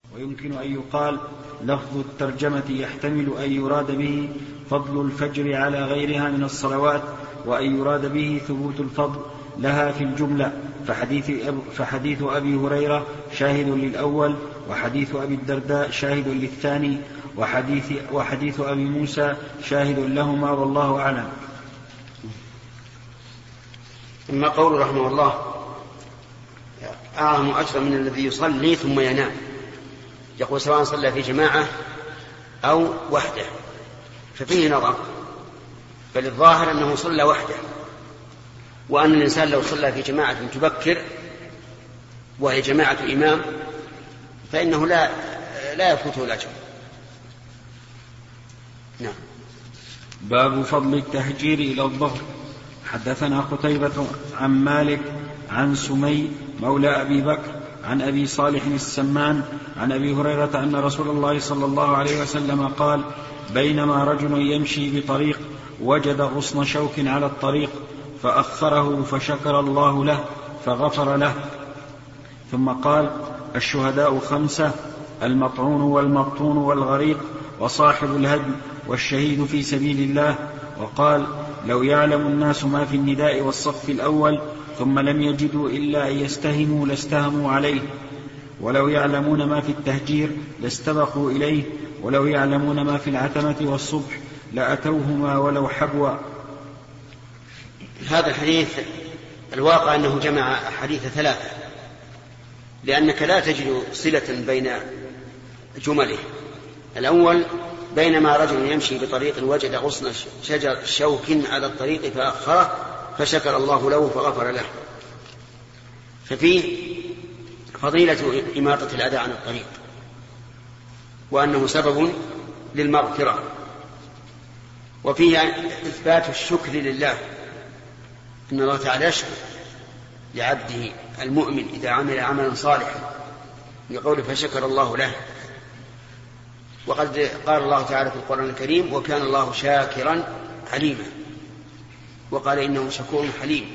ويمكن أن يقال لفظ الترجمة يحتمل أن يراد به فضل الفجر على غيرها من الصلوات، وأن يراد به ثبوت الفضل لها في الجملة، فحديث أبي هريرة شاهد للأول، وحديث أبي الدرداء شاهد للثاني، وحديث أبي موسى شاهد لهما، والله أعلم. ثم قول رحمه الله أعظم أجرا من الذي يصلي ثم ينام، يقول سواء صلى في جماعة أو وحده، ففيه نظر، بل الظاهر أنه صلى وحده، وأن الإنسان لو صلى في جماعة تبكر وهي جماعة إمام فإنه لا يفوته الأجر. نعم. باب فضل التهجير إلى الظهر. حدثنا قتيبة عن مالك عن سمي مولى أبي بكر عن أبي صالح السمان عن أبي هريرة أن رسول الله صلى الله عليه وسلم قال: بينما رجل يمشي بطريق وجد غصن شوك على الطريق فأخره فشكر الله له فغفر له. ثم قال: الشهداء 5: المطعون والمبطون والغريق وصاحب الهدم والشهيد في سبيل الله. وقال: لو يعلم الناس ما في النداء والصف الأول ثم لم يجدوا إلا أن يستهموا لاستهموا عليه، ولو يعلمون ما في التهجير لاستبقوا إليه، ولو يعلمون ما في العتمة والصبح لأتوهما ولو حبوا. هذا الحديث الواقع أنه جمع حديث 3، لأنك لا تجد صلة بين جمله. الأول: بينما رجل يمشي بطريق وجد غصن شجر شوك على الطريق فأخره فشكر الله له فغفر له، ففيه فضيلة إماطة الأذى عن الطريق، وأنه سبب للمغفرة، وفيه إثبات الشكر لله، إن الله تعالى يشكر لعبده المؤمن إذا عمل عملا صالحا، يقول فشكر الله له. وقد قال الله تعالى في القرآن الكريم: وكان الله شاكرا عليما، وقال إنه شكور حليم.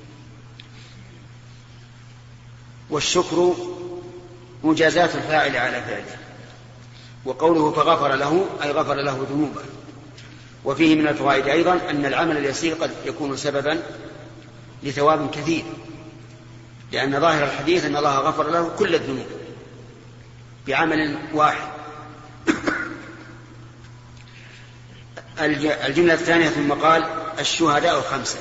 والشكر مجازات الفاعل على فعله، وقوله فغفر له أي غفر له ذنوبه. وفيه من الفوائد أيضا أن العمل اليسير قد يكون سببا لثواب كثير، لأن ظاهر الحديث أن الله غفر له كل الذنوب بعمل واحد. الجملة الثانية: ثم قال: الشهداء 5.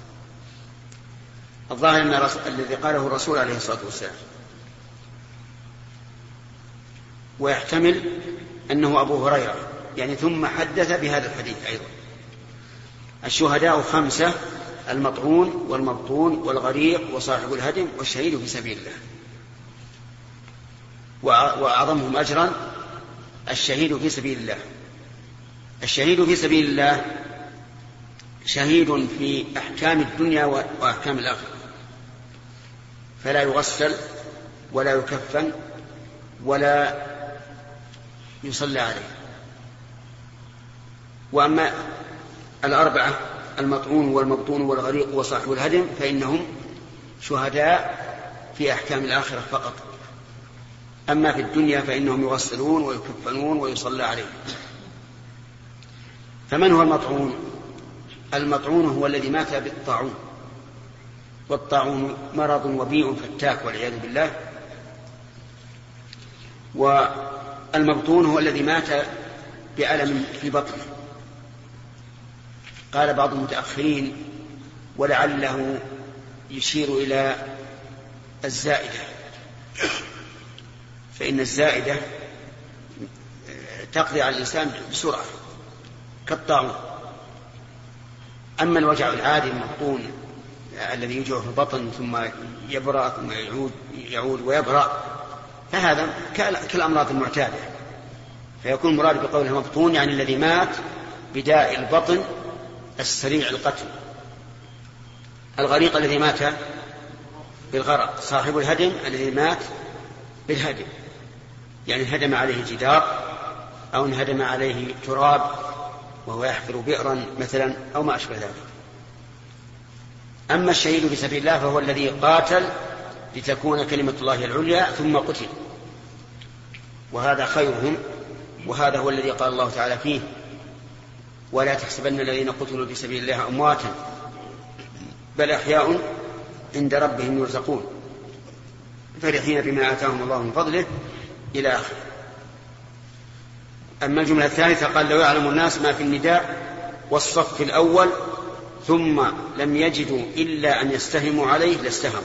الظاهر أن الذي قاله الرسول عليه الصلاة والسلام، ويحتمل أنه أبو هريرة، يعني ثم حدث بهذا الحديث أيضا. الشهداء 5: المطعون والمبطون والغريق وصاحب الهدم والشهيد في سبيل الله. وأعظمهم أجرا الشهيد في سبيل الله. الشهيد في سبيل الله شهيد في أحكام الدنيا وأحكام الآخرة، فلا يغسل ولا يكفن ولا يصلى عليه. وأما 4: المطعون والمبطون والغريق وصاحب الهدم فإنهم شهداء في أحكام الآخرة فقط، أما في الدنيا فإنهم يغسلون ويكفنون ويصلى عليهم. فمن هو المطعون؟ المطعون هو الذي مات بالطاعون، والطاعون مرض وبيء فتاك والعياذ بالله. والمبطون هو الذي مات بألم في بطنه. قال بعض المتأخرين: ولعله يشير إلى الزائدة، فإن الزائدة تقضي على الإنسان بسرعة كالطاعون. أما الوجع العادي المبطون الذي يوجع في البطن ثم يبرأ ثم يعود ويبرأ، فهذا كالأمراض المعتادة، فيكون مراد بقوله مبطون يعني الذي مات بداء البطن السريع القتل. الغريق الذي مات بالغرق. صاحب الهدم الذي مات بالهدم، يعني انهدم عليه جدار أو انهدم عليه تراب وهو يحفر بئرا مثلا أو ما أشبه ذلك. أما الشهيد في سبيل الله فهو الذي قاتل لتكون كلمة الله العليا ثم قتل، وهذا خيرهم، وهذا هو الذي قال الله تعالى فيه: ولا تحسبن الذين قتلوا في سبيل الله أمواتا بل أحياء عند ربهم يرزقون فرحين بما آتاهم الله من فضله إلى آخره. أما الجملة الثالثة قال: لو يعلم الناس ما في النداء والصف الأول ثم لم يجدوا إلا أن يستهموا عليه لاستهموا.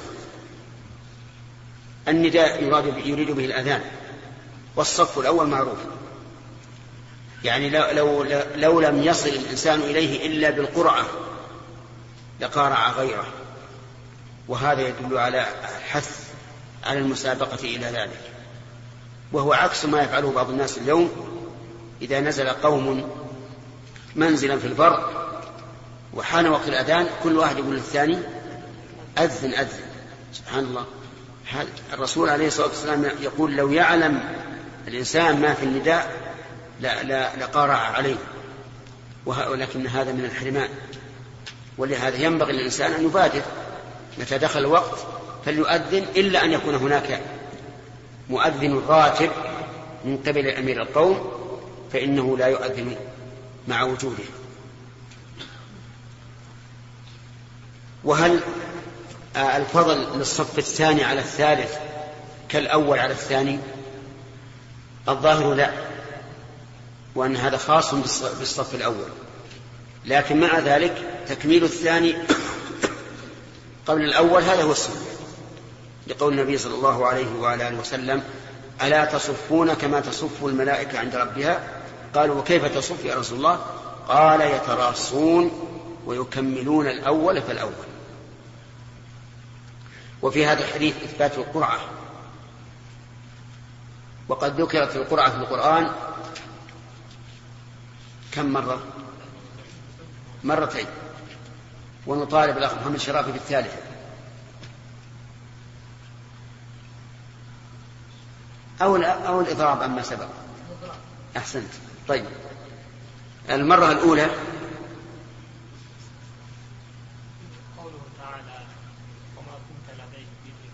النداء يريد به الأذان، والصف الأول معروف، يعني لو لم يصل الإنسان إليه إلا بالقرعة لقارع غيره، وهذا يدل على حث على المسابقة إلى ذلك، وهو عكس ما يفعله بعض الناس اليوم. إذا نزل قوم منزلا في البر وحان وقت الأذان كل واحد يقول للثاني: أذن أذن. سبحان الله، الرسول عليه الصلاة والسلام يقول: لو يعلم الإنسان ما في النداء لقارع عليه، ولكن هذا من الحرمان. ولهذا ينبغي للإنسان أن يبادر متى دخل الوقت فليؤذن، إلا أن يكون هناك مؤذن راتب من قبل أمير القوم فإنه لا يؤذن مع وجوده. وهل الفضل للصف الثاني على الثالث كالأول على الثاني؟ الظاهر لا، وأن هذا خاص بالصف الأول، لكن مع ذلك تكميل الثاني قبل الأول هذا هو السنة، لقول النبي صلى الله عليه وعلى آله وسلم: ألا تصفون كما تصف الملائكة عند ربها؟ قالوا: وكيف تصف يا رسول الله؟ قال: يتراصون ويكملون الأول فالأول. وفي هذا الحديث إثبات القرعة، وقد ذكرت القرعة في القرآن كم مرة؟ مرتين، ونطالب الأخ محمد شرافي بالثالثة. أو الإضراب أما سبق. أحسنت. طيب، المرة الأولى قوله تعالى: وما كنت لديهم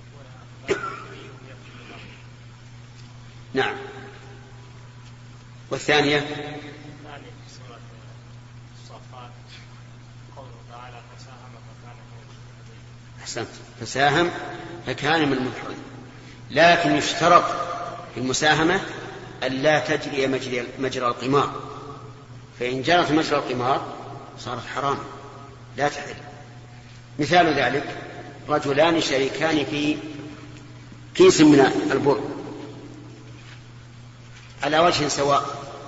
نعم. والثانية في سورة الصافات قوله تعالى: فساهم فكان من المدحضين. أحسنت، فساهم فكان من المدحضين. لكن يشترط في المساهمة ألا تجري مجرى القمار، فإن جرت مجرى القمار صارت حرام لا تحل. مثال ذلك: رجلان شريكان في كيس من البر على وجه سواء،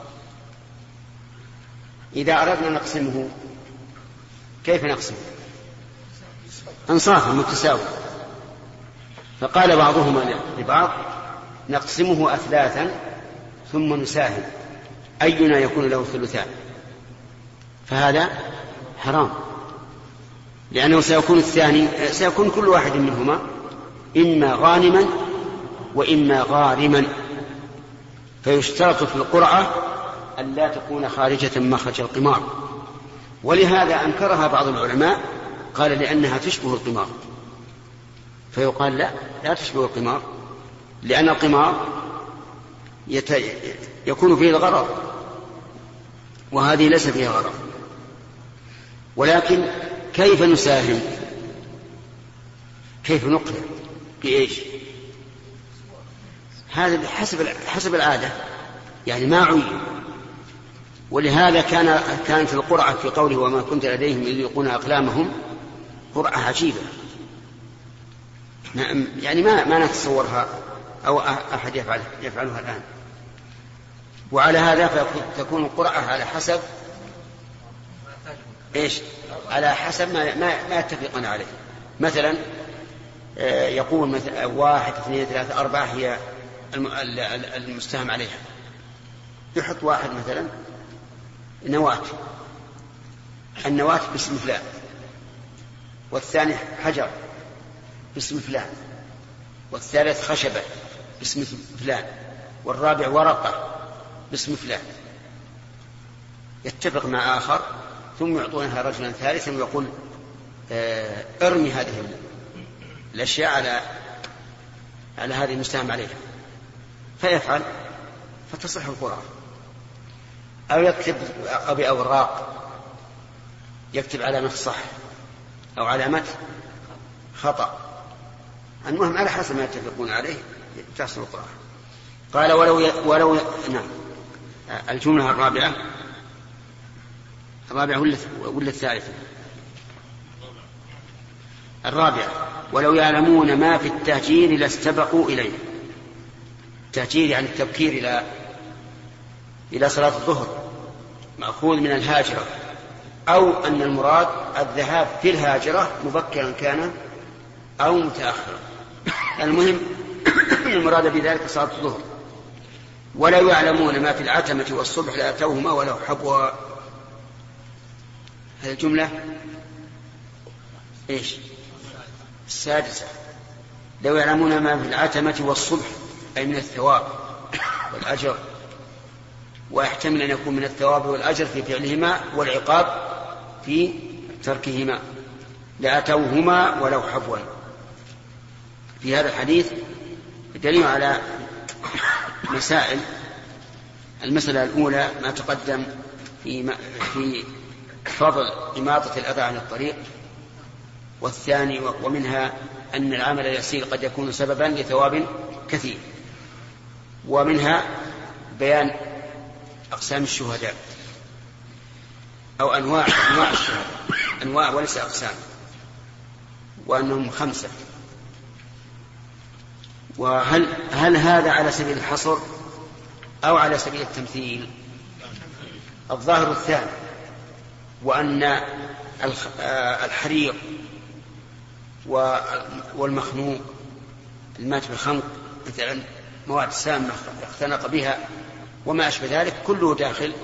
إذا أردنا نقسمه كيف نقسمه؟ أنصافا متساوية. فقال بعضهما لبعض: نقسمه أثلاثا ثم نساهم أينا يكون له ثلثان. فهذا حرام، لأنه سيكون كل واحد منهما إما غانما وإما غارما، فيشترط في القرعة أن لا تكون خارجة مخرج القمار. ولهذا أنكرها بعض العلماء، قال لأنها تشبه القمار. فيقال لا تشبه القمار، لأن القمار يكون فيه الغرض، وهذه ليس فيها غرض. ولكن كيف نساهم؟ كيف نقرأ؟ بإيش؟ هذا حسب العادة، يعني ما عين. ولهذا كانت القرعة في قوله: وما كنت لديهم إذ يلقون أقلامهم، قرعة عجيبة، يعني ما نتصورها أو أحد يفعلها الآن. وعلى هذا فتكون القرعة على حسب إيش؟ على حسب ما يتفقون عليه. مثلا يقول مثلا 1 2 3 4 هي المستهم عليها، يحط واحد مثلا نواة، النواة باسم فلان، والثاني حجر باسم فلان، والثالث خشبة باسم فلان، والرابع ورقة باسم فلان. يتفق مع آخر ثم يعطونها رجلا ثالثا ويقول: ارمي هذه الأشياء على هذه المستهم عليها، فيفعل فتصح القرعة. أو يكتب بأوراق، يكتب علامة صح أو علامة خطأ، المهم على حسب ما يتفقون عليه تصح القرعة. قال ولو نعم. الجملة الرابعة ولا الثالثة؟ الرابعة: ولو يعلمون ما في التهجير لاستبقوا إليه. التهجير يعني التبكير إلى صلاة الظهر، مأخوذ من الهاجرة، أو أن المراد الذهاب في الهاجرة مبكرا كان أو متأخرا، المهم المراد بذلك صلاة الظهر. ولو يعلمون ما في العتمة والصبح لأتوهما ولو حبوا. هذه الجملة إيش؟ السادسة. لو يعلمون ما في العتمة والصبح أي من الثواب والأجر، ويحتمل أن يكون من الثواب والأجر في فعلهما والعقاب في تركهما لأتوهما ولو حبوا. في هذا الحديث دليل على مسائل. المسألة الأولى ما تقدم في فضل إماطة الأذى عن الطريق، والثاني ومنها أن العمل اليسير قد يكون سببا لثواب كثير، ومنها بيان أقسام الشهداء أو أنواع الشهداء، أنواع وليس أقسام، وأنهم 5. وهل هذا على سبيل الحصر أو على سبيل التمثيل؟ الظاهر الثاني، وأن الحريق والمخنوق المات بالخنق مثلا مواد سامة اختنق بها وما أشبه ذلك كله داخل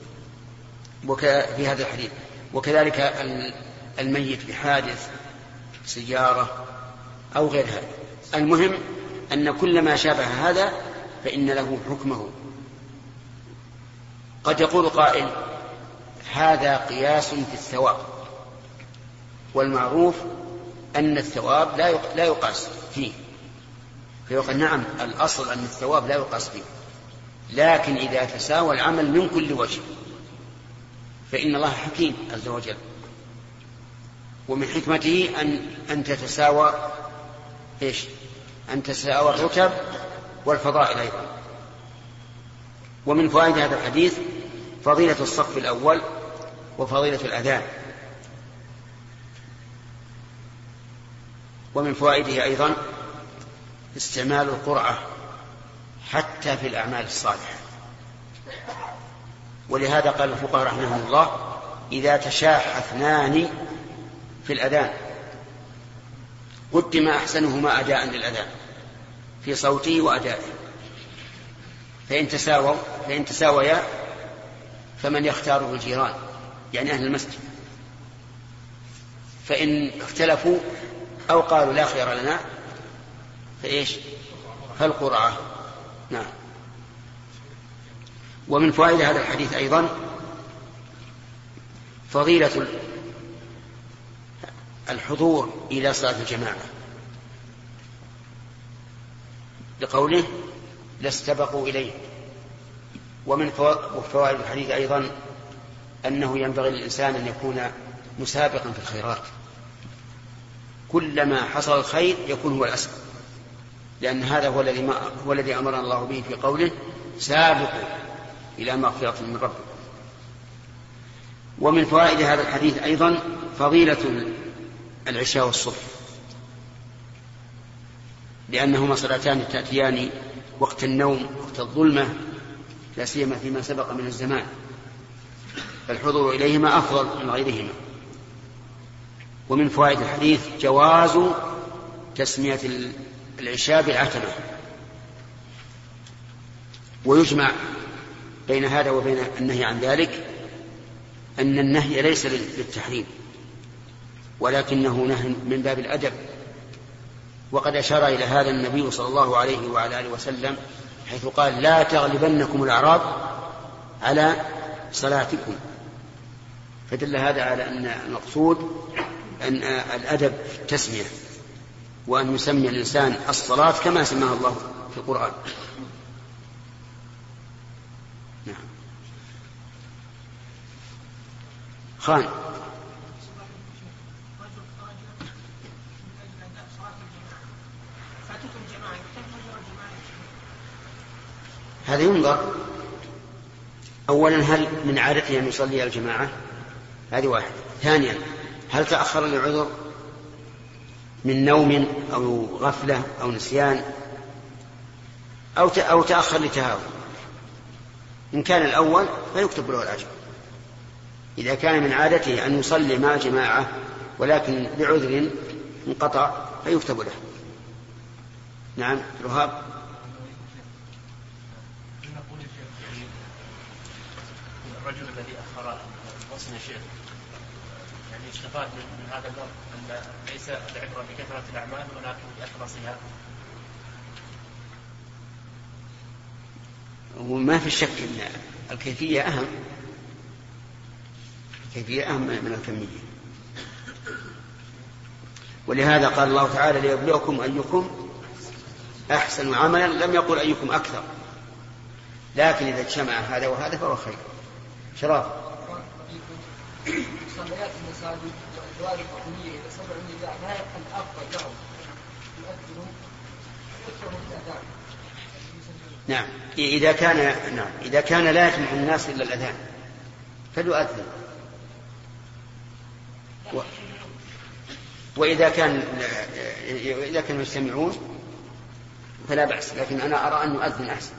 في هذا الحديث. وكذلك الميت بحادث سيارة أو غير هذا. المهم أن كل ما شابه هذا فإن له حكمه. قد يقول قائل هذا قياس في الثواب، والمعروف أن الثواب لا يقاس فيه، فيقول نعم الأصل أن الثواب لا يقاس فيه، لكن إذا تساوى العمل من كل وجه فإن الله حكيم عز وجل، ومن حكمته أن تتساوى إيش؟ أن تتساوى الرتب والفضائل أيضا. ومن فوائد هذا الحديث فضيلة الصف الأول وفضيلة الأذان. ومن فوائده أيضا استعمال القرعة حتى في الأعمال الصالحة. ولهذا قال الفقهاء رحمهم الله إذا تشاح 2 في الأذان قدم أحسنهما أداء للأذان في صوته وأدائه، فإن تساويا فمن يختاره الجيران يعني أهل المسجد، فإن اختلفوا أو قالوا لا خير لنا فإيش؟ فالقرعة. نعم. ومن فوائد هذا الحديث أيضا فضيلة الحضور إلى صلاة الجماعة، لقوله لاستبقوا إليه. ومن فوائد الحديث أيضا أنه ينبغي للإنسان أن يكون مسابقا في الخيرات، كلما حصل الخير يكون هو الأسبق، لأن هذا هو الذي أمرنا الله به في قوله سابقوا إلى مغفرة من ربكم. ومن فوائد هذا الحديث أيضا فضيلة العشاء والصبح، لأنهما صلاتان تأتيان وقت النوم وقت الظلمة، لا سيما فيما سبق من الزمان، فالحضور إليهما أفضل من غيرهما. ومن فوائد الحديث جواز تسمية العشاء بالعتمة. ويجمع بين هذا وبين النهي عن ذلك أن النهي ليس للتحريم ولكنه نهي من باب الأدب، وقد أشار إلى هذا النبي صلى الله عليه وعلى آله وسلم حيث قال لا تغلبنكم الأعراب على صلاتكم، فدل هذا على أن المقصود أن الأدب في التسمية، وأن يسمي الإنسان الصلاة كما سماها الله في القرآن. نعم. خان هذا ينظر. أولا هل من عادته أن يصلي الجماعة؟ هذه واحد. ثانيا هل تأخر لعذر من نوم أو غفلة أو نسيان أو تأخر لتهاون؟ إن كان الأول فيكتب له الأجر. إذا كان من عادته أن يصلي مع جماعة ولكن بعذر انقطع فيكتب له. نعم. رهاب. الرجل الذي أخر وصل شيء يعني استفاد من هذا الأمر أن ليس العبرة بكثرة الأعمال ولكن بإخلاصها. وما في شك أن الكيفية أهم. الكيفية أهم من الكمية. ولهذا قال الله تعالى ليبلوكم أيكم أحسن عملا، لم يقل أيكم أكثر. لكن إذا اجتمع هذا وهذا فهو خير. شراب. صليات المساجد والأدوار الحكومية إذا سمعوا النداء لا يبقى الأفضل لهم يؤذنوا يكثروا الأذان. نعم. إذا كان لا يسمع الناس إلا الأذان فليؤذن. وإذا كانوا يستمعون فلا بأس، لكن أنا أرى أن يؤذن أحسن،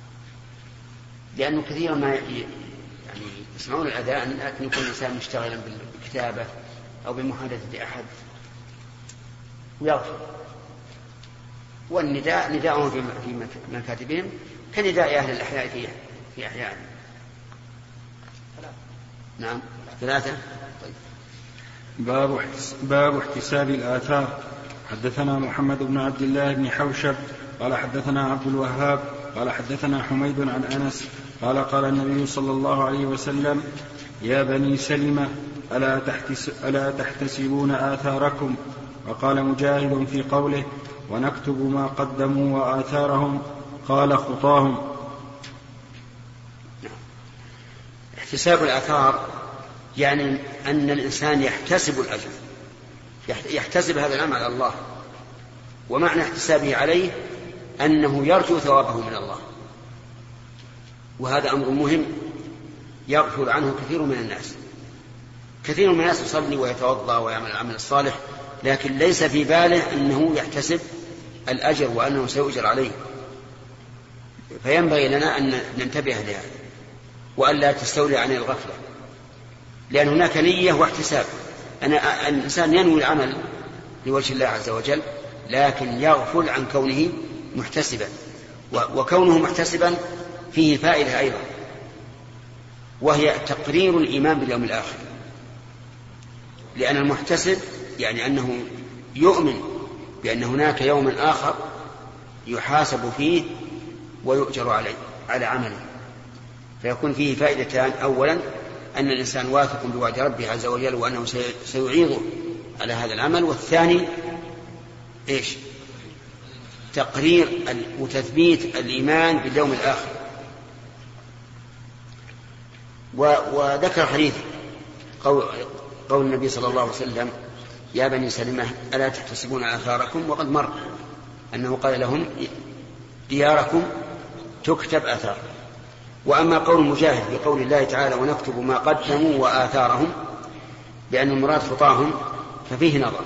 لأنه كثيرا ما يسمعون الأذان لكن يكون الإنسان مشتغلا بالكتابة أو بمحادثة أحد ويغفل. والنداء نداءهم في مكاتبهم كنداء أهل الأحياء في أحيائهم. نعم. 3. طيب. باب احتساب الآثار. حدثنا محمد بن عبد الله بن حوشب قال حدثنا عبد الوهاب قال حدثنا حميد عن أنس قال قال النبي صلى الله عليه وسلم: يا بني سلمة ألا تحتسبون آثاركم؟ وقال مجاهد في قوله: ونكتب ما قدموا وآثارهم، قال: خطاهم. احتساب الآثار يعني أن الإنسان يحتسب الأجر، يحتسب هذا العمل على الله. ومعنى احتسابه عليه أنه يرجو ثوابه من الله، وهذا أمر مهم يغفل عنه كثير من الناس. كثير من الناس يصلي ويتوضأ ويعمل العمل الصالح لكن ليس في باله أنه يحتسب الأجر وأنه سيؤجر عليه. فينبغي لنا أن ننتبه لهذا وأن لا تستولي عن الغفلة، لأن هناك نية واحتساب. الإنسان ينوي العمل لوجه الله عز وجل لكن يغفل عن كونه محتسبا، وكونه محتسبا فيه فائدة أيضا، وهي تقرير الإيمان باليوم الآخر. لأن المحتسب يعني أنه يؤمن بأن هناك يوما آخر يحاسب فيه ويؤجر على عمله، فيكون فيه فائدتان: أولا أن الإنسان واثق بوعد ربه عز وجل وأنه سيعيضه على هذا العمل، والثاني تقرير وتثبيت الإيمان باليوم الآخر. وذكر حديث قول النبي صلى الله عليه وسلم: يا بني سلمة ألا تحتسبون آثاركم؟ وقد مر أنه قال لهم: دياركم تكتب آثار. وأما قول مجاهد بقول الله تعالى: ونكتب ما قدموا وآثارهم، بأن المراد خطاهم، ففيه نظر،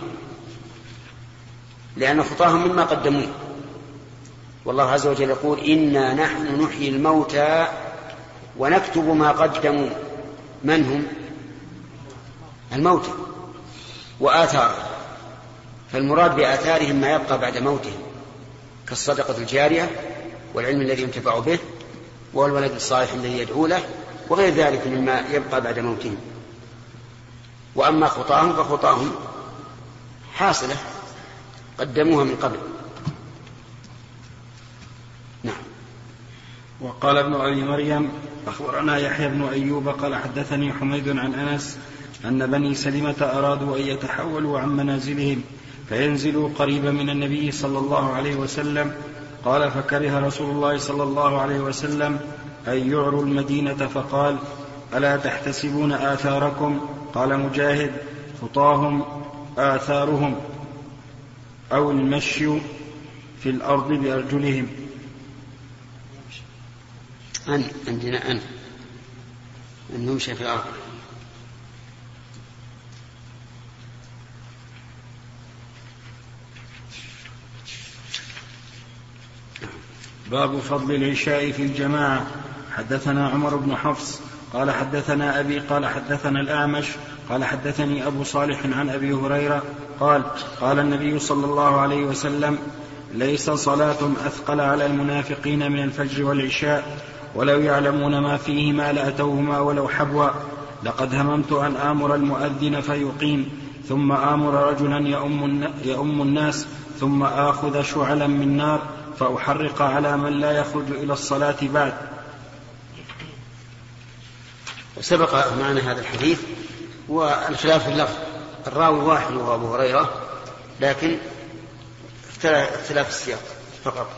لأن خطاهم مما قدموه. والله عز وجل يقول: إنا نحن نحيي الموتى ونكتب ما قدموا. من هم؟ الموتى وآثارهم. فالمراد بآثارهم ما يبقى بعد موتهم كالصدقة الجارية والعلم الذي ينتفع به والولد الصالح الذي يدعو له وغير ذلك مما يبقى بعد موتهم. وأما خطاهم فخطاهم حاصلة قدموها من قبل. نعم. وقال ابن أبي مريم: أخبرنا يحيى بن أيوب قال حدثني حميد عن أنس أن بني سلمة أرادوا أن يتحولوا عن منازلهم فينزلوا قريبا من النبي صلى الله عليه وسلم. قال: فكره رسول الله صلى الله عليه وسلم أن يعروا المدينة، فقال: ألا تحتسبون آثاركم؟ قال مجاهد: خطاهم آثارهم، أو المشي في الأرض بأرجلهم. عندنا أن يمشي في الأرض. باب فضل العشاء في الجماعة. حدثنا عمر بن حفص قال حدثنا أبي قال حدثنا الأعمش قال حدثني أبو صالح عن أبي هريرة قال: قال النبي صلى الله عليه وسلم: ليس صلاة أثقل على المنافقين من الفجر والعشاء، ولو يعلمون ما فيهما لأتوهما ولو حبوا. لقد هممت أن آمر المؤذن فيقيم، ثم آمر رجلا يؤم الناس، ثم آخذ شعلا من نار فأحرق على من لا يخرج إلى الصلاة بعد. سبق معنا هذا الحديث، والخلاف في اللفظ، الراوي واحد وهو أبو هريرة، لكن اختلاف السياق فقط.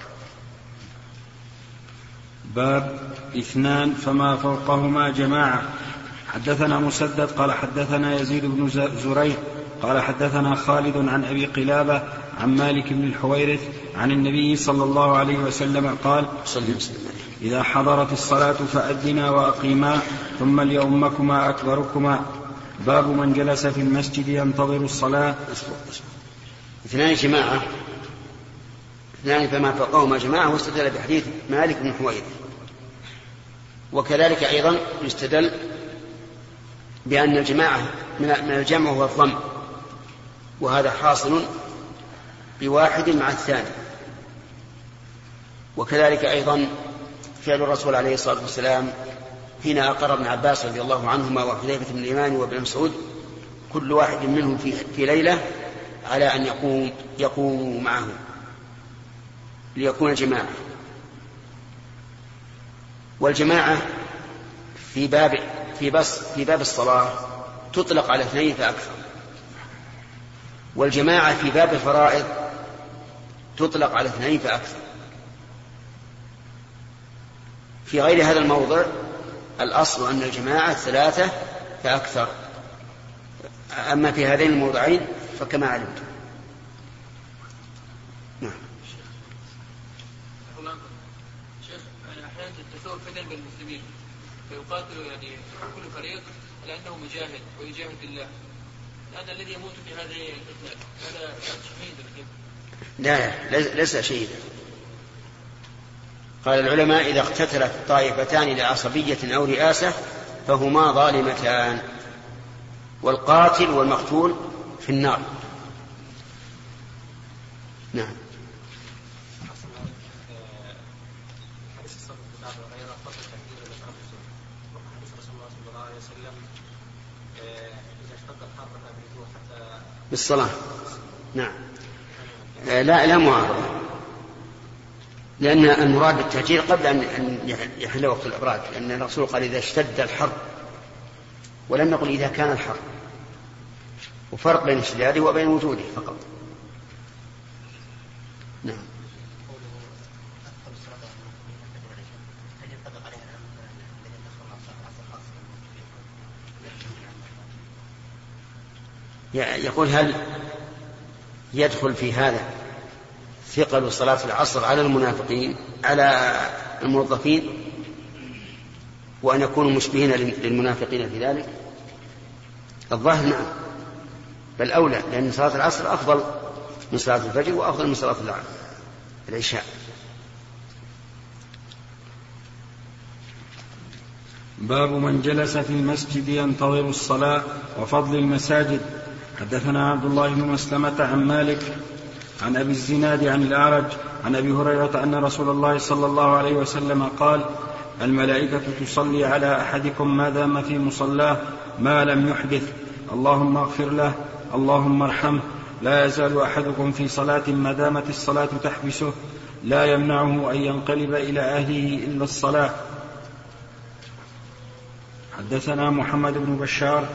باب 2 فما فوقهما جماعة. حدثنا مسدد قال حدثنا يزيد بن زريع قال حدثنا خالد عن أبي قلابة عن مالك بن الحويرث عن النبي صلى الله عليه وسلم قال: إذا حضرت الصلاة فأذنا وأقيما، ثم ليؤمكما أكبركما. باب من جلس في المسجد ينتظر الصلاة. 2 جماعة، 2 فما فوقهما جماعة، واستدل بحديث مالك بن الحويرث. وكذلك أيضا يستدل بأن الجماعة من الجمع هو الضم، وهذا حاصل بواحد مع الثاني. وكذلك أيضا فعل الرسول عليه الصلاة والسلام حين أقر ابن عباس رضي الله عنهما وحذيفة بن اليمان وابن مسعود كل واحد منهم في ليلة على أن يقوم معه ليكون جماعة. والجماعة في باب الصلاة تطلق على 2 فأكثر، والجماعة في باب الفرائض تطلق على 2 فأكثر. في غير هذا الموضع الأصل أن الجماعة 3 فأكثر، أما في هذين الموضعين فكما علمت. نعم. شيخ، أحيانا تثور فتن بين المسلمين فيقاتل يعني كل فريق لأنه مجاهد ويجاهد الله، هذا الذي يموت في هذه الفتنة هذا شهيد؟ لا، ليس شهيدا. قال العلماء: إذا اقتتلت طائفتان لعصبية أو رئاسة فهما ظالمتان، والقاتل والمقتول في النار. نعم. بالصلاة. نعم. لا معارضة، لأن المراد بالتهجير قبل أن يحل وقت الإبراد، لأن الرسول قال: إذا اشتد الحر، ولم نقل إذا كان الحر، وفرق بين اشتداده وبين وجوده فقط. نعم. يقول: هل يدخل في هذا ثقل صلاة العصر على المنافقين على الموظفين، وأن يكونوا مشبهين للمنافقين في ذلك؟ الظاهر نعم، بل أولى، لأن صلاة العصر أفضل من صلاة الفجر وأفضل من صلاة العشاء. باب من جلس في المسجد ينتظر الصلاة وفضل المساجد. حدثنا عبد الله بن مسلمة عن مالك عن أبي الزناد عن الأعرج عن أبي هريرة أن رسول الله صلى الله عليه وسلم قال: الملائكة تصلي على أحدكم ما دام في مصلاه ما لم يحدث، اللهم اغفر له، اللهم ارحمه. لا يزال أحدكم في صلاة ما دامت الصلاة تحبسه، لا يمنعه أن ينقلب إلى أهله إلا الصلاة. حدثنا محمد بن بشار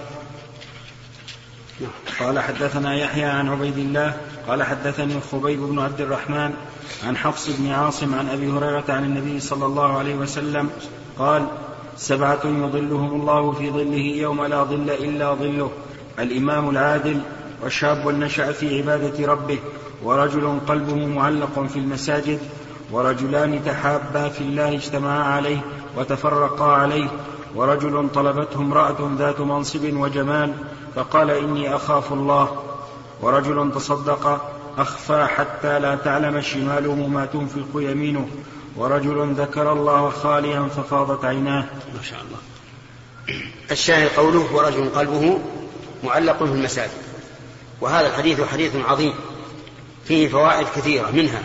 قال حدثنا يحيى عن عبيد الله قال حدثني الخبيب بن عبد الرحمن عن حفص بن عاصم عن أبي هريرة عن النبي صلى الله عليه وسلم قال: 7 يظلهم الله في ظله يوم لا ظل إلا ظله: الإمام العادل، وشاب نشأ في عبادة ربه، ورجل قلبه معلق في المساجد، ورجلان تحابا في الله اجتمعا عليه وتفرقا عليه، ورجل طلبته امرأة ذات منصب وجمال فقال: إني أخاف الله، ورجل تصدق أخفى حتى لا تعلم شماله ما تنفق يمينه، ورجل ذكر الله خاليا ففاضت عيناه. ما شاء الله. الشاهد قوله: ورجل قلبه معلق في المساجد. وهذا الحديث حديث عظيم فيه فوائد كثيرة، منها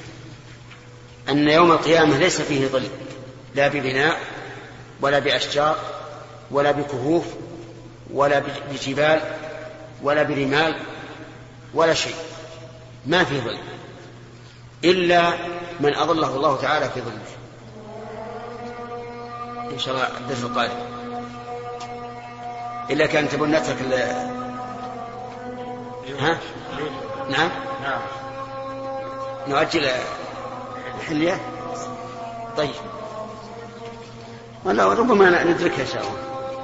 أن يوم القيامة ليس فيه ظل، لا ببناء ولا بأشجار ولا بكهوف ولا بجبال ولا برمال ولا شيء، ما فيه ظل إلا من أظله الله تعالى في ظله. إن شاء الله الدرس القادم، إلا كان تبون نترك ها؟ نعم نؤجل الحلية. طيب ولا ربما ندركها إن شاء الله.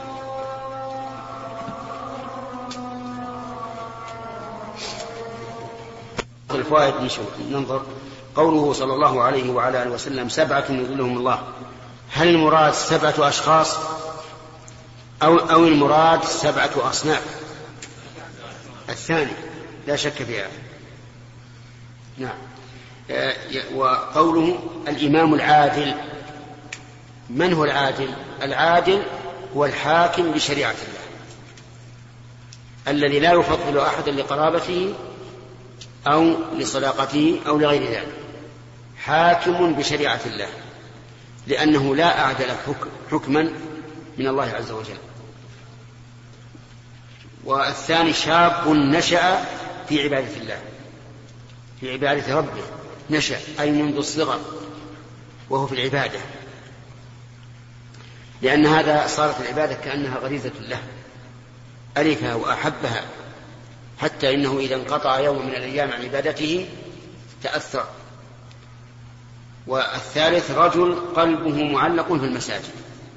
الفوائد ننظر. قوله صلى الله عليه وعلى آله وسلم: 7 يظلهم الله، هل المراد 7 أشخاص أو المراد 7 أصناف؟ الثاني لا شك فيها. نعم. وقوله: الإمام العادل، من هو العادل؟ العادل هو الحاكم بشريعة الله، الذي لا يفضل أحدا لقرابته أو لصداقته أو لغير ذلك، حاكم بشريعة الله، لأنه لا أعدل حكما من الله عز وجل. والثاني: شاب نشأ في عبادة الله، في عبادة ربه، نشأ أي منذ الصغر وهو في العبادة، لأن هذا صارت العبادة كأنها غريزة له، ألفها وأحبها، حتى إنه إذا انقطع يوم من الأيام عن عبادته تأثر. والثالث: رجل قلبه معلق في المساجد،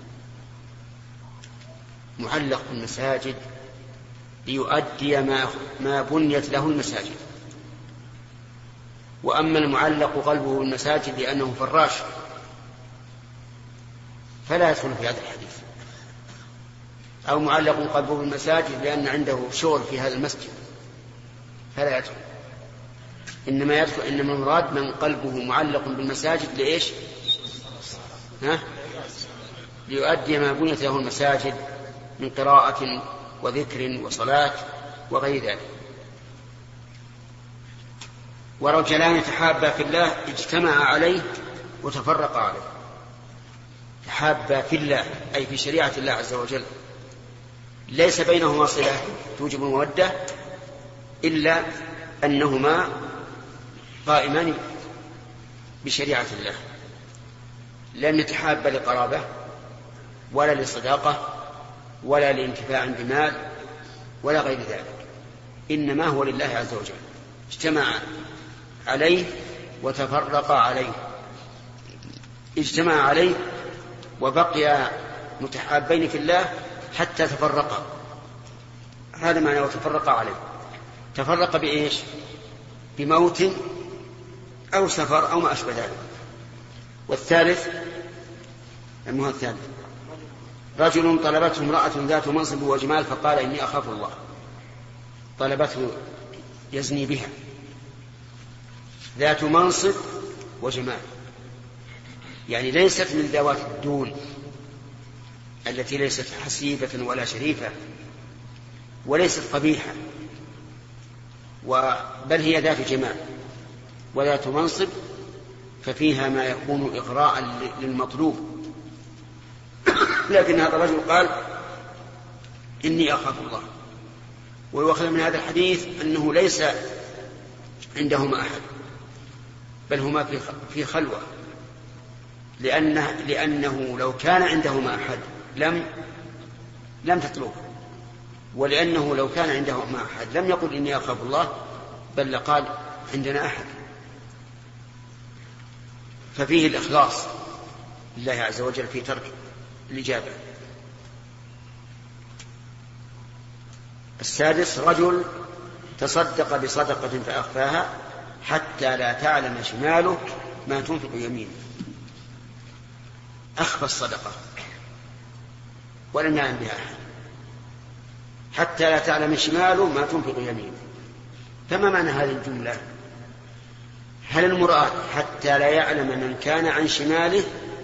معلق في المساجد ليؤدي ما بنيت له المساجد. وأما المعلق قلبه في المساجد لأنه فراش فلا يدخل في هذا الحديث، أو معلق قلبه في المساجد لأن عنده شغل في هذا المسجد فلا يدخل. إنما المراد من قلبه معلق بالمساجد لإيش؟ ليؤدي ما بنيت له المساجد من قراءة وذكر وصلاة وغير ذلك. ورجلان تحابا في الله اجتمعا عليه وتفرقا عليه. تحابا في الله أي في شريعة الله عز وجل، ليس بينهما صلة توجب المودة إلا أنهما قائمان بشريعة الله، لم يتحابا لقرابة ولا لصداقة ولا لانتفاع بمال ولا غير ذلك، إنما هو لله عز وجل. اجتمع عليه وتفرق عليه، اجتمع عليه وبقي متحابين في الله حتى تفرقا، هذا معنى وتفرق عليه. تفرق بإيش؟ بموت أو سفر أو ما أشبه ذلك. والثالث المهم الثالث: رجل طلبته امرأة ذات منصب وجمال فقال: إني أخاف الله. طلبته يزني بها، ذات منصب وجمال، يعني ليست من ذوات الدون التي ليست حسيبة ولا شريفة وليست قبيحة، بل هي ذات جمال وذات منصب، ففيها ما يكون إغراء للمطلوب. لكن هذا الرجل قال: إني أخاف الله. ويؤخذ من هذا الحديث أنه ليس عندهما أحد، بل هما في خلوة، لأنه لو كان عندهما أحد لم تطلبه، ولأنه لو كان عندهما أحد لم يقل إني أخاف الله، بل لقال عندنا أحد. ففيه الإخلاص لله عز وجل في ترك الإجابة. السادس رجل تصدق بصدقة فأخفاها حتى لا تعلم شماله ما تنفق يمينه. أخفى الصدقة ولم يعلم بها أحد حتى لا تعلم شماله ما تنفق يمينه. فما معنى هذه الجملة؟ هل المراد حتى لا يعلم من كان عن شماله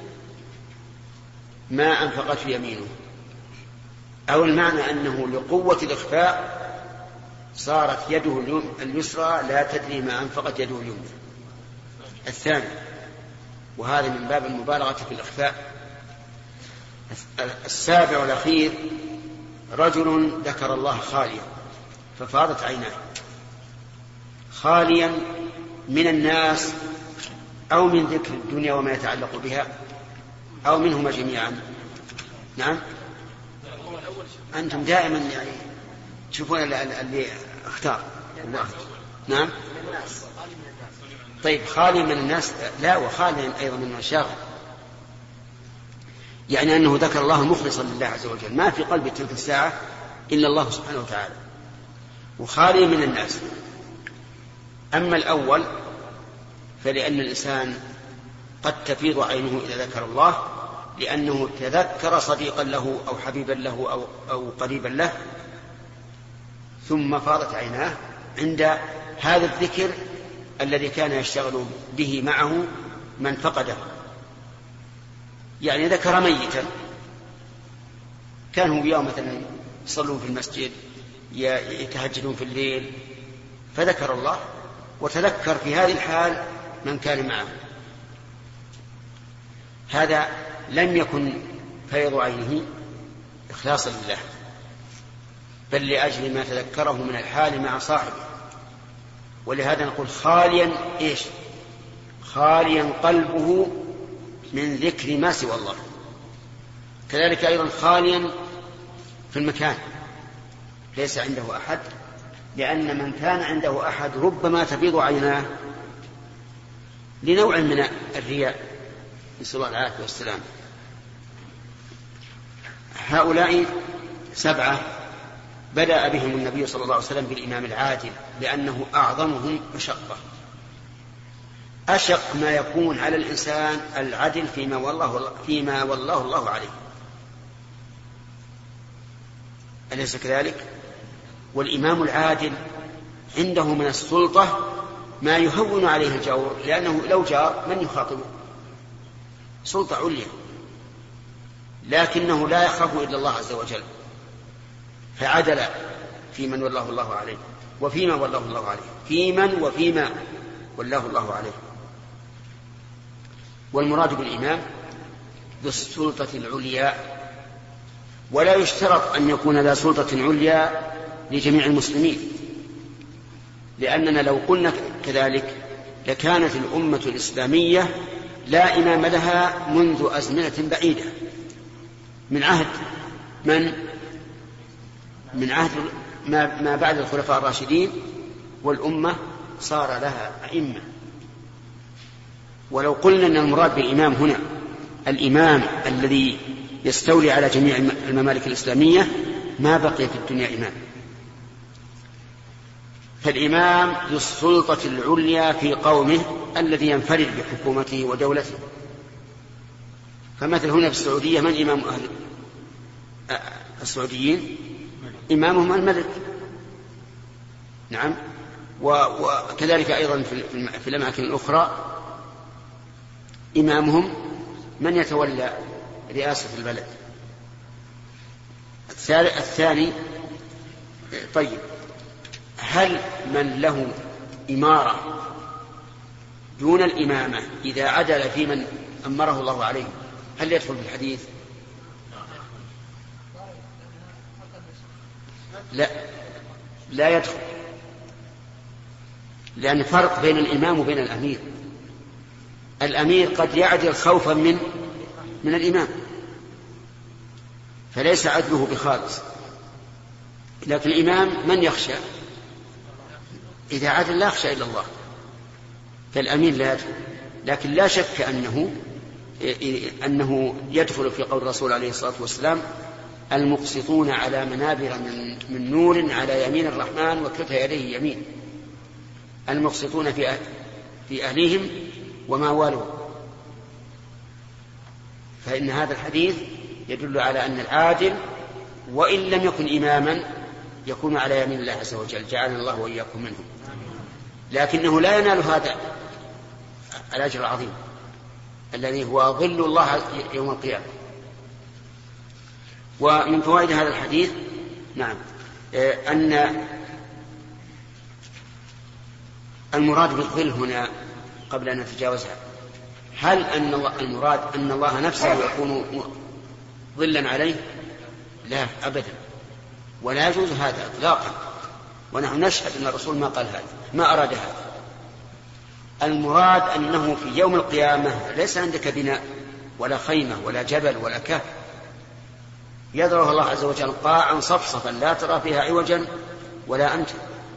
ما أنفقته يمينه، أو المعنى أنه لقوة الإخفاء صارت يده اليسرى لا تدري ما أنفقت يده اليمنى؟ الثاني، وهذا من باب المبالغة في الإخفاء. السابع والأخير رجل ذكر الله خاليا ففاضت عيناه، خاليا من الناس أو من ذكر الدنيا وما يتعلق بها أو منهما جميعا. نعم، أنتم دائما يعني تشوفون اللي اختار. نعم، طيب خالي من الناس لا، وخالي أيضا من المشاغل، يعني أنه ذكر الله مخلصا لله عز وجل، ما في قلب تلك الساعة إلا الله سبحانه وتعالى، وخالي من الناس. أما الأول فلأن الإنسان قد تفيض عينه إذا ذكر الله، لأنه تذكر صديقا له أو حبيبا له أو قريبا له ثم فاضت عيناه عند هذا الذكر الذي كان يشتغل به معه من فقده. يعني ذكر ميتا كانوا يوم مثلا يصلون في المسجد يتهجدون في الليل، فذكر الله وتذكر في هذه الحال من كان معه. هذا لم يكن فيض عينه إخلاصا لله، بل لأجل ما تذكره من الحال مع صاحبه. ولهذا نقول خاليا إيش؟ خاليا قلبه من ذكر ما سوى الله. كذلك أيضا خاليا في المكان ليس عنده أحد، لأن من كان عنده أحد ربما تفيض عيناه لنوع من الرياء، نسأل الله العافية والسلام. هؤلاء 7 بدأ بهم النبي صلى الله عليه وسلم بالإمام العادل لأنه أعظمهم مشقة. أشق ما يكون على الإنسان العدل فيما والله الله عليه، أليس كذلك؟ والإمام العادل عنده من السلطة ما يهون عليه الجور، لأنه لو جار من يخاطبه؟ سلطة عليا، لكنه لا يخاف إلا الله عز وجل، فعدل في من والله الله عليه وفيما والله الله عليه، في من وفيما والله الله عليه. والمراد بالإمام ذو السلطة العليا، ولا يشترط أن يكون ذا سلطة عليا لجميع المسلمين، لأننا لو قلنا كذلك لكانت الأمة الإسلامية لا إمام لها منذ أزمنة بعيدة، من عهد من عهد ما بعد الخلفاء الراشدين، والأمة صار لها أئمة. ولو قلنا أن المراد بالإمام هنا الإمام الذي يستولي على جميع الممالك الإسلامية ما بقي في الدنيا إمام. فالإمام ذو السلطة العليا في قومه الذي ينفرد بحكومته ودولته. فمثل هنا في السعودية من إمام أهل السعوديين؟ إمامهم الملك. نعم، وكذلك أيضا في الأماكن الأخرى إمامهم من يتولى رئاسة البلد. الثاني، طيب هل من له إمارة دون الإمامة إذا عدل في من أمره الله عليه هل يدخل في الحديث؟ لا يدخل، لأن فرق بين الإمام وبين الأمير. الأمير قد يعدل خوفا من الإمام فليس عدله بخالص، لكن الإمام من يخشى؟ إذا عدل لا يخشى إلا الله، فالأمير لا يدخل. لكن لا شك أنه أنه يدخل في قول الرسول عليه الصلاة والسلام: المقسطون على منابر من نور على يمين الرحمن وكلتا يديه يمين. المقسطون في أهليهم وما والوا. فإن هذا الحديث يدل على أن العادل وإن لم يكن إماما يكون على يمين الله عز وجل، جعلنا الله وإياكم منهم، لكنه لا ينال هذا الأجر العظيم الذي هو ظل الله يوم القيامة. ومن فوائد هذا الحديث أن المراد بالظل هنا قبل أن نتجاوزها، هل أن المراد أن الله نفسه يكون ظلا عليه؟ لا أبدا، ولا يجوز هذا إطلاقا، ونحن نشهد أن الرسول ما قال هذا، ما أراد هذا. المراد أنه في يوم القيامة ليس عندك بناء ولا خيمة ولا جبل ولا كهف، يذرها الله عز وجل قاعا صفصفا لا ترى فيها عوجا ولا أمتا.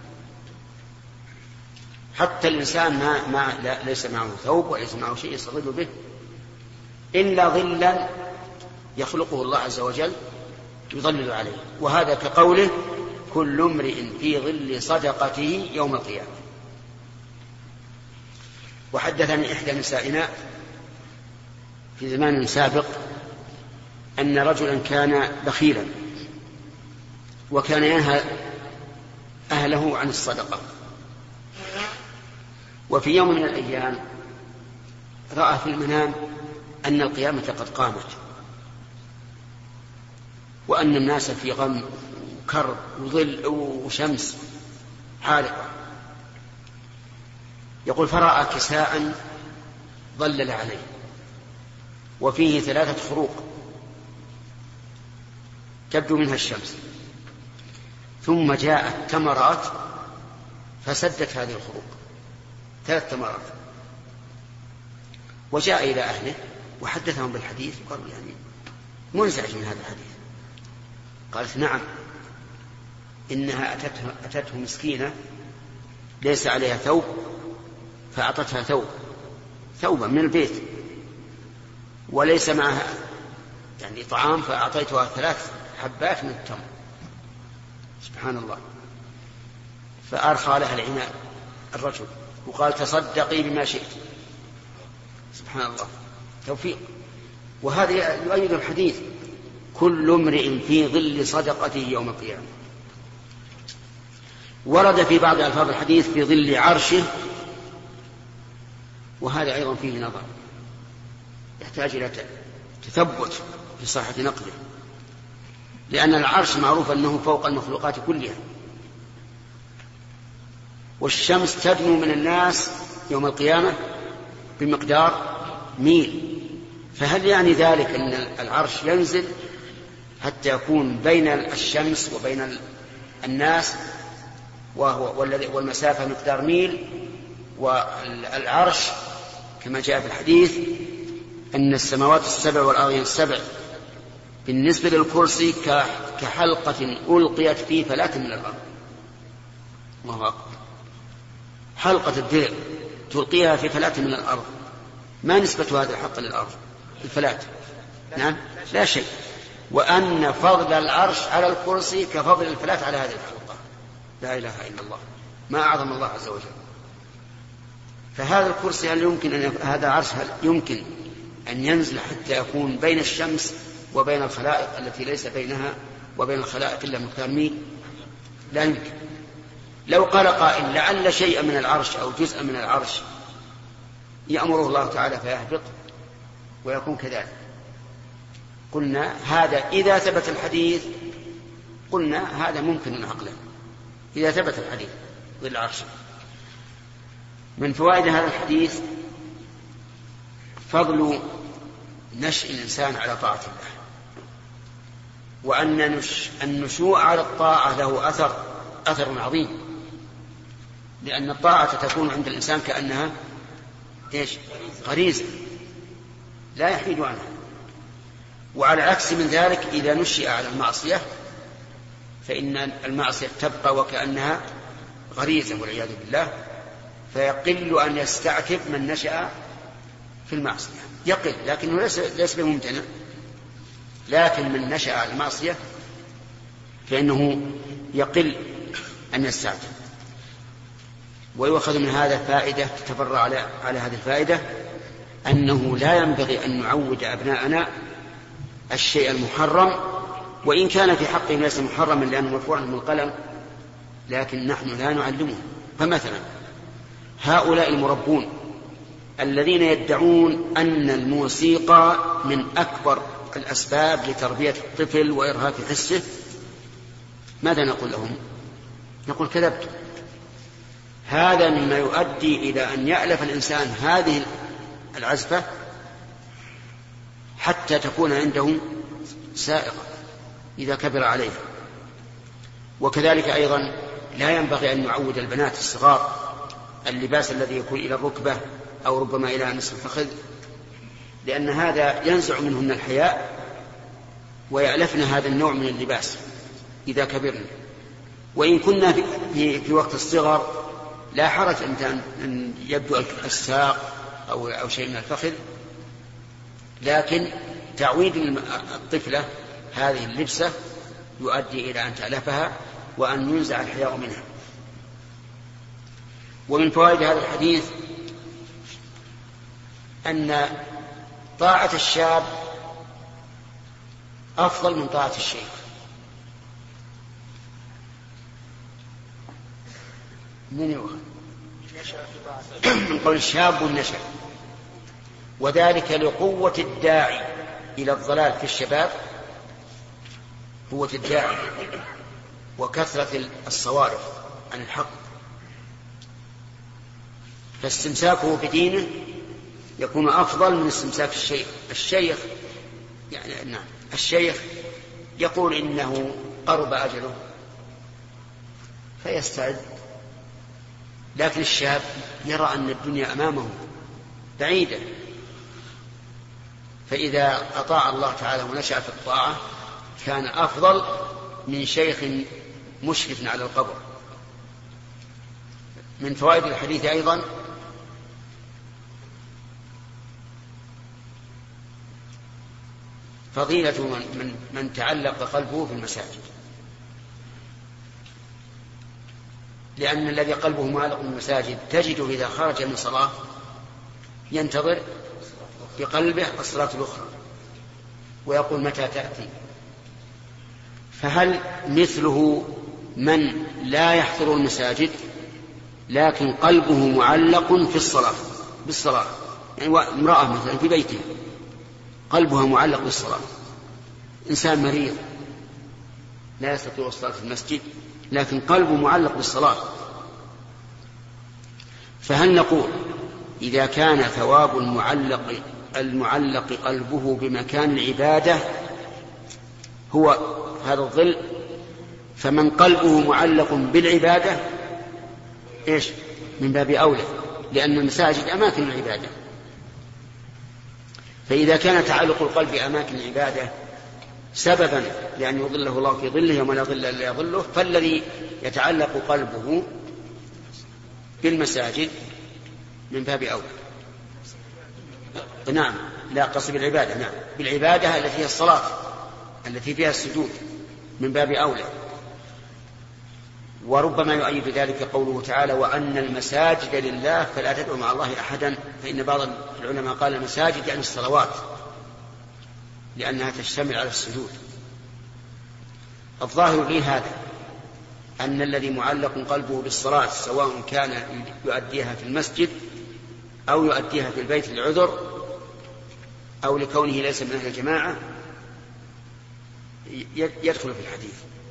حتى الإنسان ليس معه ثوب وليس معه شيء يستظل به إلا ظلا يخلقه الله عز وجل يظلل عليه. وهذا كقوله: كل امرئ في ظل صدقته يوم القيامة. وحدثني إحدى نسائنا في زمان سابق أن رجلا كان بخيلا وكان ينهى أهله عن الصدقة، وفي يوم من الأيام رأى في المنام أن القيامة قد قامت وأن الناس في غم وكرب وظل وشمس حارقة. يقول: فرأى كساء ظلل عليه وفيه 3 خروق تبدو منها الشمس، ثم جاءت تمرات فسدت هذه الخروق، 3 تمرات. وجاء إلى أهله وحدثهم بالحديث، وقالوا يعني منزعج من هذا الحديث. قالت: نعم، إنها أتته مسكينة ليس عليها ثوب فأعطتها ثوبا من البيت، وليس معها يعني طعام فأعطيتها 3 حبات من التمر. سبحان الله. فأرخى لها العناء الرجل وقال: تصدقي بما شئت. سبحان الله، توفيق. وهذا يؤيد الحديث: كل امرئ في ظل صدقته يوم القيامة. ورد في بعض ألفاظ الحديث: في ظل عرشه، وهذا أيضا فيه نظر، يحتاج إلى تثبت في صحة نقله، لأن العرش معروف أنه فوق المخلوقات كلها، والشمس تدنو من الناس يوم القيامة بمقدار ميل. فهل يعني ذلك أن العرش ينزل حتى يكون بين الشمس وبين الناس والمسافة مقدار ميل؟ والعرش كما جاء في الحديث أن السماوات السبع والأرضين السبع بالنسبة للكرسي كحلقة ألقيت في فلاة من الأرض. الله أكبر. حلقة الدرع تلقيها في فلاة من الأرض، ما نسبة هذه الحلقة للأرض؟ الفلاة، نعم، لا شيء. وأن فضل العرش على الكرسي كفضل الفلاة على هذه الحلقة. لا إله إلا الله، ما أعظم الله عز وجل. فهذا الكرسي هل يمكن هذا العرش هل يمكن أن ينزل حتى يكون بين الشمس وبين الخلائق التي ليس بينها وبين الخلائق إلا مقدار ميل؟ لا يمكن. لو قال قائل: لعل شيئا من العرش أو جزءا من العرش يأمره الله تعالى فيهبط ويكون كذلك، قلنا هذا إذا ثبت الحديث، قلنا هذا ممكن عقلا إذا ثبت الحديث ظل العرش. من فوائد هذا الحديث فضل نشأ الإنسان على طاعة الله، وأن النشوء على الطاعة له أثر عظيم، لأن الطاعة تكون عند الإنسان كأنها غريزة لا يحيد عنها. وعلى العكس من ذلك إذا نشئ على المعصية فإن المعصية تبقى وكأنها غريزة والعياذ بالله، فيقل أن يستعتب من نشأ في المعصية. يقل، لكنه ليس بممتنع. لكن من نشأ على المعصية فإنه يقل أن يستعجل. ويؤخذ من هذا فائدة تتفرع على هذه الفائدة، أنه لا ينبغي أن نعود أبناءنا الشيء المحرم، وإن كان في حقهم ليس محرما لأنه مرفوع من القلم، لكن نحن لا نعلمه. فمثلا هؤلاء المربون الذين يدعون أن الموسيقى من أكبر الأسباب لتربية الطفل وإرهاق حسه، ماذا نقول لهم؟ نقول كذبتم. هذا مما يؤدي إلى أن يألف الإنسان هذه العزفة حتى تكون عنده سائقة إذا كبر عليها. وكذلك أيضا لا ينبغي أن نعود البنات الصغار اللباس الذي يكون إلى الركبة أو ربما إلى نصف الفخذ، لأن هذا ينزع منهن الحياء ويألفن هذا النوع من اللباس إذا كبرنا. وإن كنا في وقت الصغر لا حرج أن يبدو الساق أو شيء من الفخذ، لكن تعويد الطفلة هذه اللبسة يؤدي إلى أن تألفها وأن ينزع الحياء منها. ومن فوائد هذا الحديث أن طاعة الشاب أفضل من طاعة الشيخ. من يؤخذ من قول الشاب والنشأ، وذلك لقوة الداعي إلى الضلال في الشباب، قوة الداعي وكثرة الصوارف عن الحق، فاستمساكه بدينه يكون أفضل من استمساك الشيخ. يعني نعم، الشيخ يقول إنه قرب أجله فيستعد، لكن الشاب يرى أن الدنيا أمامه بعيدة، فإذا أطاع الله تعالى ونشأ في الطاعة كان أفضل من شيخ مشرف على القبر. من فوائد الحديث أيضا فضيلة من تعلق قلبه في المساجد، لأن الذي قلبه معلق بالمساجد تجده إذا خرج من صلاة ينتظر بقلبه الصلاة الأخرى ويقول متى تأتي. فهل مثله من لا يحضر المساجد لكن قلبه معلق في بالصلاة، يعني امرأة مثلا في بيتها قلبها معلق بالصلاة، إنسان مريض لا يستطيع الصلاة في المسجد لكن قلبه معلق بالصلاة، فهل نقول إذا كان ثواب المعلق قلبه بمكان العبادة هو هذا الظل، فمن قلبه معلق بالعبادة إيش من باب أولى، لأن المساجد أماكن العبادة. فإذا كان تعلق القلب بأماكن العبادة سببا لأن يظله الله في ظله يوم لا ظل إلا يظله، فالذي يتعلق قلبه بالمساجد من باب أولى. نعم، لا قصد بالعبادة، نعم بالعبادة التي هي الصلاة التي فيها السجود من باب أولى. وربما يؤيد ذلك قوله تعالى وأن المساجد لله فلا تدعوا مع الله أحدا، فإن بعض العلماء قال المساجد يعني الصلوات لأنها تشتمل على السجود. الظاهر لي هذا أن الذي معلق قلبه بالصلاة سواء كان يؤديها في المسجد أو يؤديها في البيت للعذر أو لكونه ليس من أهل الجماعة يدخل في الحديث.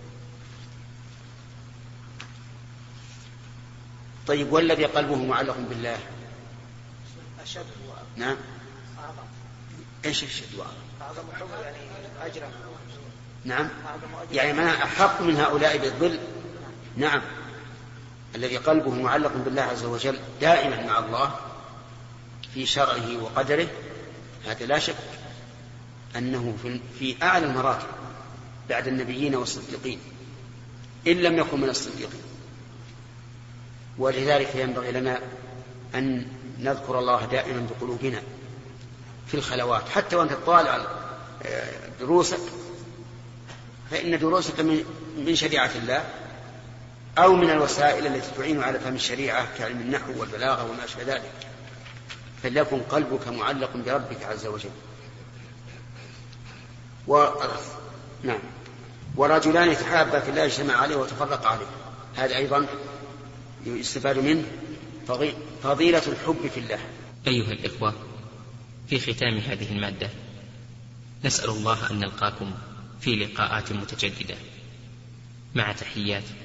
طيب والذي قلبه معلق بالله أشد نعم أعظم. إيش أشد أعظم حب يعني أجرا. نعم يعني ما أحق من هؤلاء بالظل. نعم الذي قلبه معلق بالله عز وجل دائما مع الله في شرعه وقدره، هذا لا شك أنه في أعلى المراتب بعد النبيين والصديقين إن لم يكن من الصديقين. ولذلك ينبغي لنا أن نذكر الله دائما بقلوبنا في الخلوات، حتى وأنت تطالع دروسك فإن دروسك من شريعة الله أو من الوسائل التي تعين على فهم الشريعة كعلم النحو والبلاغة وما أشبه ذلك، فليكن قلبك معلق بربك عز وجل. نعم. ورجلان يتحابا في الله اجتمع عليه وتفرق عليه، هذا أيضا يستفاد منه فضيلة الحب في الله. أيها الإخوة، في ختام هذه المادة نسأل الله أن نلقاكم في لقاءات متجددة، مع تحيات